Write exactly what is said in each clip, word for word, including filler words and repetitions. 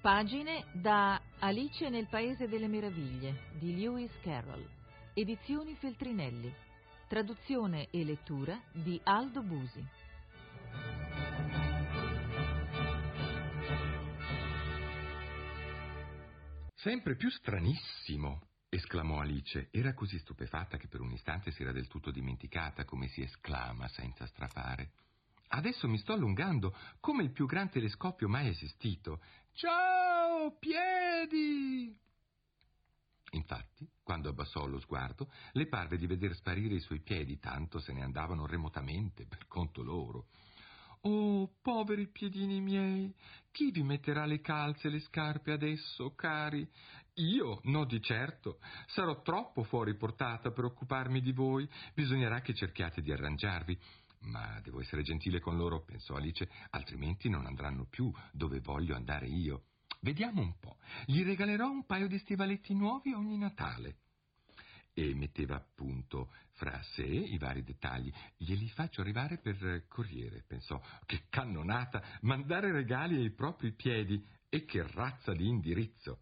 Pagine da Alice nel Paese delle Meraviglie di Lewis Carroll, edizioni Feltrinelli, traduzione e lettura di Aldo Busi. Sempre più stranissimo, esclamò Alice. Era così stupefatta che per un istante si era del tutto dimenticata come si esclama senza strafare. Adesso mi sto allungando come il più gran telescopio mai esistito. Ciao, piedi! Infatti, quando abbassò lo sguardo, le parve di veder sparire i suoi piedi, tanto se ne andavano remotamente per conto loro. Oh, poveri piedini miei, chi vi metterà le calze e le scarpe adesso, cari? Io? No, di certo. Sarò troppo fuori portata per occuparmi di voi. Bisognerà che cerchiate di arrangiarvi. Ma devo essere gentile con loro, pensò Alice, altrimenti non andranno più dove voglio andare io. Vediamo un po', gli regalerò un paio di stivaletti nuovi ogni Natale. E metteva appunto fra sé i vari dettagli. Glieli faccio arrivare per corriere, pensò. Che cannonata, mandare regali ai propri piedi, e che razza di indirizzo.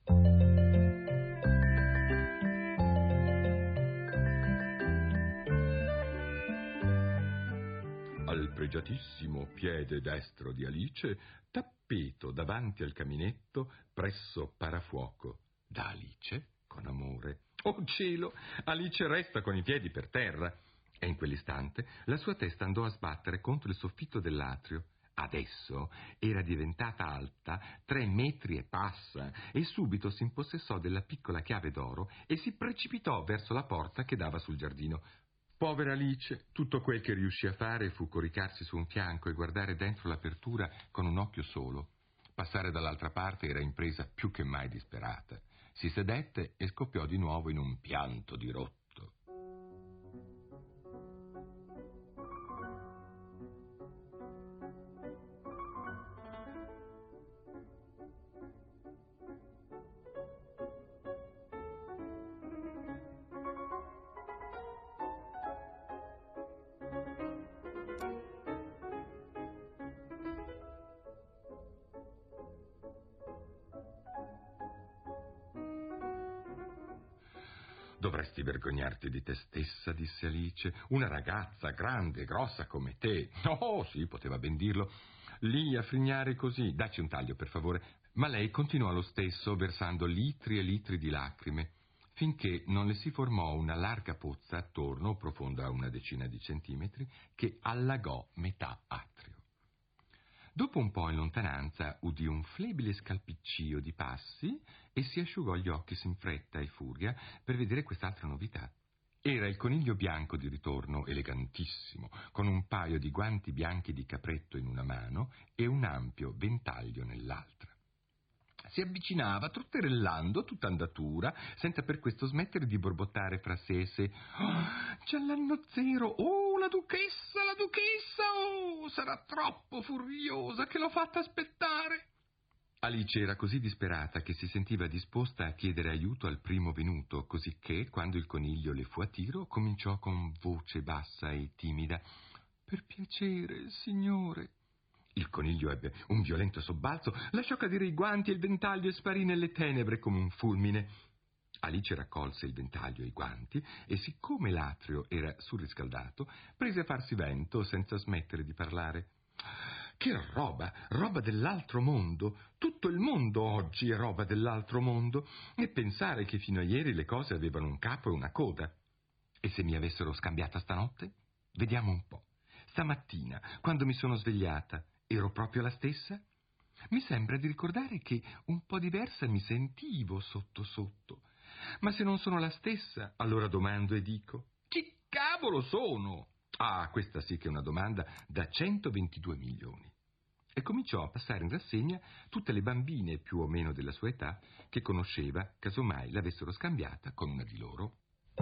Al pregiatissimo piede destro di Alice, tappeto davanti al caminetto presso parafuoco. Da Alice con amore. Oh cielo! Alice resta con i piedi per terra. E in quell'istante la sua testa andò a sbattere contro il soffitto dell'atrio. Adesso era diventata alta tre metri e passa, e subito si impossessò della piccola chiave d'oro e si precipitò verso la porta che dava sul giardino. Povera Alice, tutto quel che riuscì a fare fu coricarsi su un fianco e guardare dentro l'apertura con un occhio solo. Passare dall'altra parte era impresa più che mai disperata. Si sedette e scoppiò di nuovo in un pianto dirotto. Dovresti vergognarti di te stessa, disse Alice. Una ragazza grande e grossa come te. Oh, sì, poteva ben dirlo. Lì a frignare così. Dacci un taglio, per favore. Ma lei continuò lo stesso, versando litri e litri di lacrime, finché non le si formò una larga pozza attorno, profonda una decina di centimetri, che allagò metà atrio. Dopo un po' in lontananza udì un flebile scalpiccio di passi e si asciugò gli occhi in fretta e furia per vedere quest'altra novità. Era il coniglio bianco di ritorno, elegantissimo, con un paio di guanti bianchi di capretto in una mano e un ampio ventaglio nell'altra. Si avvicinava trotterellando tutta andatura, senza per questo smettere di borbottare fra sé e sé. Oh, c'è l'anno zero! Oh, la duchessa, la duchessa! Oh, sarà troppo furiosa che l'ho fatta aspettare! Alice era così disperata che si sentiva disposta a chiedere aiuto al primo venuto, cosicché, quando il coniglio le fu a tiro, cominciò con voce bassa e timida. Per piacere, signore. Il coniglio ebbe un violento sobbalzo, lasciò cadere i guanti e il ventaglio e sparì nelle tenebre come un fulmine. Alice raccolse il ventaglio e i guanti e, siccome l'atrio era surriscaldato, prese a farsi vento senza smettere di parlare. Che roba, roba dell'altro mondo! Tutto il mondo oggi è roba dell'altro mondo, e pensare che fino a ieri le cose avevano un capo e una coda. E se mi avessero scambiata stanotte? Vediamo un po'. Stamattina, quando mi sono svegliata, ero proprio la stessa? Mi sembra di ricordare che un po' diversa mi sentivo sotto sotto. Ma se non sono la stessa, allora domando e dico: chi cavolo sono? Ah, questa sì che è una domanda da centoventidue milioni. E cominciò a passare in rassegna tutte le bambine più o meno della sua età che conosceva, casomai l'avessero scambiata con una di loro.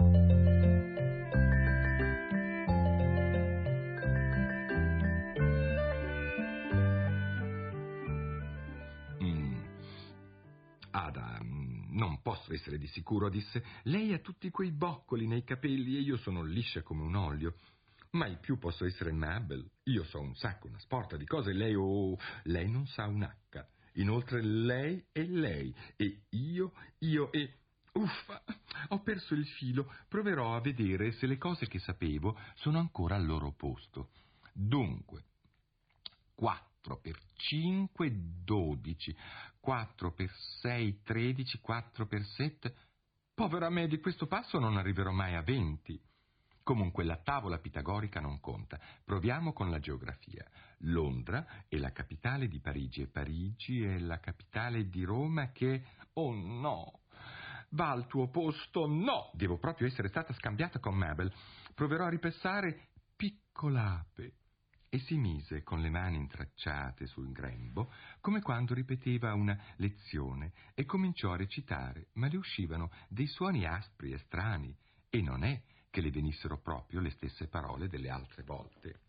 Ada, non posso essere di sicuro, disse. Lei ha tutti quei boccoli nei capelli e io sono liscia come un olio. Mai più posso essere Mabel. Io so un sacco, una sporta di cose, e lei, oh, lei non sa un acca. Inoltre lei e lei, e io, io e... Uffa, ho perso il filo. Proverò a vedere se le cose che sapevo sono ancora al loro posto. Dunque, quattro per cinque, dodici, quattro per sei, tredici, quattro per sette... Povera me, di questo passo non arriverò mai a venti. Comunque la tavola pitagorica non conta. Proviamo con la geografia. Londra è la capitale di Parigi e Parigi è la capitale di Roma che... Oh no! Va al tuo posto? No! Devo proprio essere stata scambiata con Mabel. Proverò a ripensare piccolape. E si mise con le mani intracciate sul grembo, come quando ripeteva una lezione, e cominciò a recitare, ma le uscivano dei suoni aspri e strani, e non è che le venissero proprio le stesse parole delle altre volte.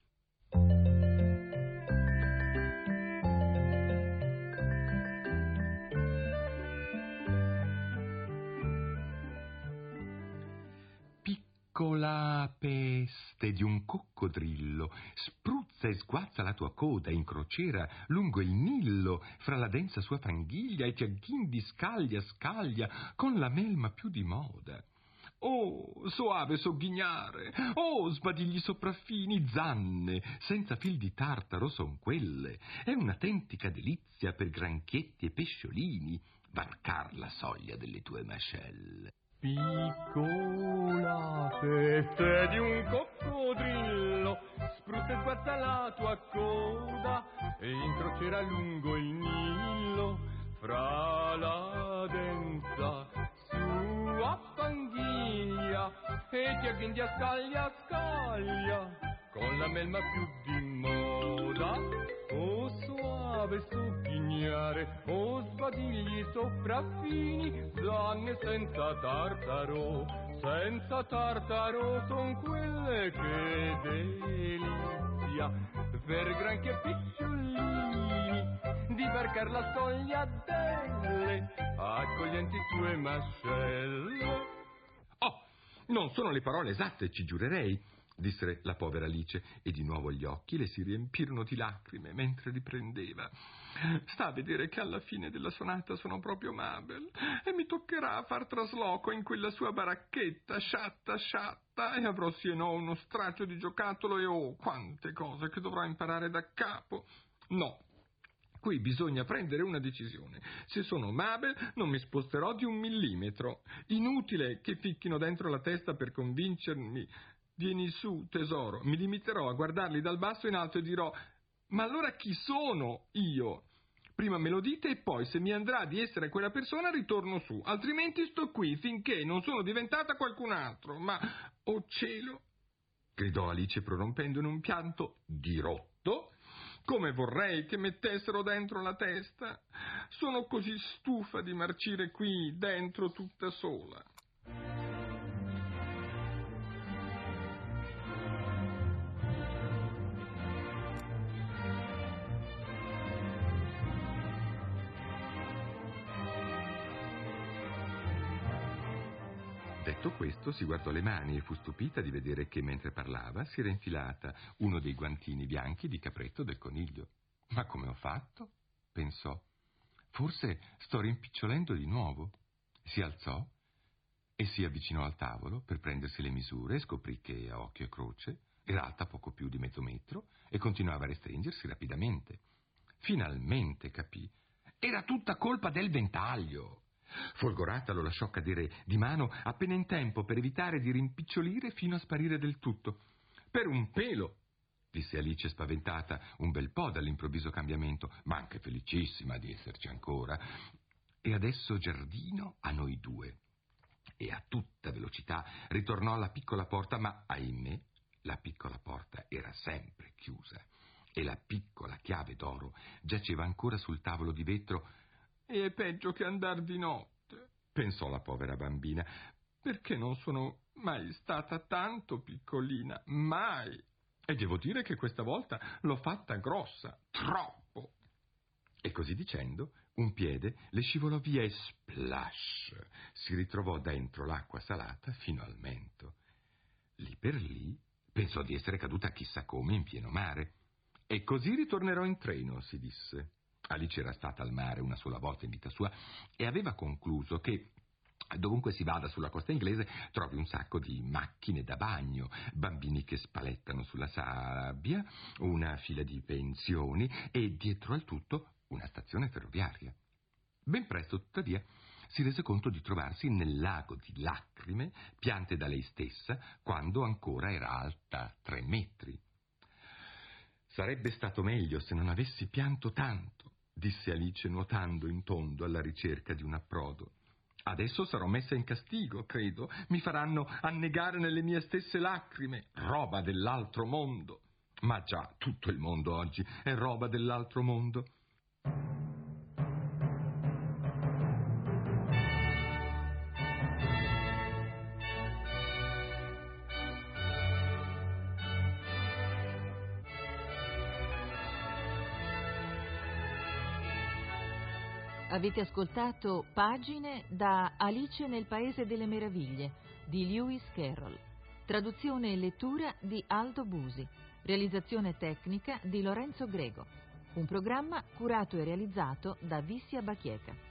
Piccola peste di un coccodrillo, spruzza e sguazza la tua coda in crociera lungo il Nillo, fra la densa sua fanghiglia e ti agghindi scaglia scaglia con la melma più di moda. Oh, soave sogghignare, oh, sbadigli sopraffini, zanne, senza fil di tartaro son quelle. È un'autentica delizia per granchietti e pesciolini varcar la soglia delle tue mascelle. Piccola peste di un coccodrillo, spruzza e sguazza la tua coda e incrocerà lungo il Nilo, fra la densa sua fanghiglia e ti agghindi a scaglia a scaglia con la melma più di moda. O soave sogghignare, o sbadigli sopraffini, zanne senza tartaro, senza tartaro son quelle che delizia per granchi e picciolini di varcar la soglia delle accoglienti tue mascelle. Oh, non sono le parole esatte, ci giurerei, disse la povera Alice, e di nuovo gli occhi le si riempirono di lacrime mentre riprendeva. Sta a vedere che alla fine della sonata sono proprio Mabel e mi toccherà far trasloco in quella sua baracchetta sciatta sciatta e avrò sì e no uno straccio di giocattolo e oh, quante cose che dovrò imparare da capo. No, qui bisogna prendere una decisione. Se sono Mabel non mi sposterò di un millimetro. Inutile che ficchino dentro la testa per convincermi. Vieni su, tesoro, mi limiterò a guardarli dal basso in alto e dirò: ma allora chi sono io? Prima me lo dite e poi, se mi andrà di essere quella persona, ritorno su, altrimenti sto qui finché non sono diventata qualcun altro. Ma, oh cielo, gridò Alice prorompendo in un pianto dirotto, come vorrei che mettessero dentro la testa. Sono così stufa di marcire qui dentro tutta sola. Detto questo, si guardò le mani e fu stupita di vedere che, mentre parlava, si era infilata uno dei guantini bianchi di capretto del coniglio. Ma come ho fatto? Pensò. Forse sto rimpicciolendo di nuovo. Si alzò e si avvicinò al tavolo per prendersi le misure e scoprì che, a occhio e croce, era alta poco più di mezzo metro e continuava a restringersi rapidamente. Finalmente capì. Era tutta colpa del ventaglio. Folgorata lo lasciò cadere di mano appena in tempo per evitare di rimpicciolire fino a sparire del tutto. Per un pelo, disse Alice spaventata un bel po' dall'improvviso cambiamento, ma anche felicissima di esserci ancora. E adesso giardino a noi due. E a tutta velocità ritornò alla piccola porta, ma ahimè la piccola porta era sempre chiusa e la piccola chiave d'oro giaceva ancora sul tavolo di vetro. E è peggio che andar di notte, pensò la povera bambina, perché non sono mai stata tanto piccolina, mai. E devo dire che questa volta l'ho fatta grossa, troppo. E così dicendo, un piede le scivolò via e splash, si ritrovò dentro l'acqua salata fino al mento. Lì per lì pensò di essere caduta chissà come in pieno mare. E così ritornerò in treno, si disse. Alice era stata al mare una sola volta in vita sua e aveva concluso che dovunque si vada sulla costa inglese trovi un sacco di macchine da bagno, bambini che spalettano sulla sabbia, una fila di pensioni e dietro al tutto una stazione ferroviaria. Ben presto, tuttavia, si rese conto di trovarsi nel lago di lacrime piante da lei stessa quando ancora era alta tre metri. «Sarebbe stato meglio se non avessi pianto tanto», disse Alice nuotando in tondo alla ricerca di un approdo. «Adesso sarò messa in castigo, credo. Mi faranno annegare nelle mie stesse lacrime. Roba dell'altro mondo. Ma già, tutto il mondo oggi è roba dell'altro mondo». Avete ascoltato Pagine da Alice nel Paese delle Meraviglie di Lewis Carroll. Traduzione e lettura di Aldo Busi. Realizzazione tecnica di Lorenzo Grego. Un programma curato e realizzato da Vissia Bachieca.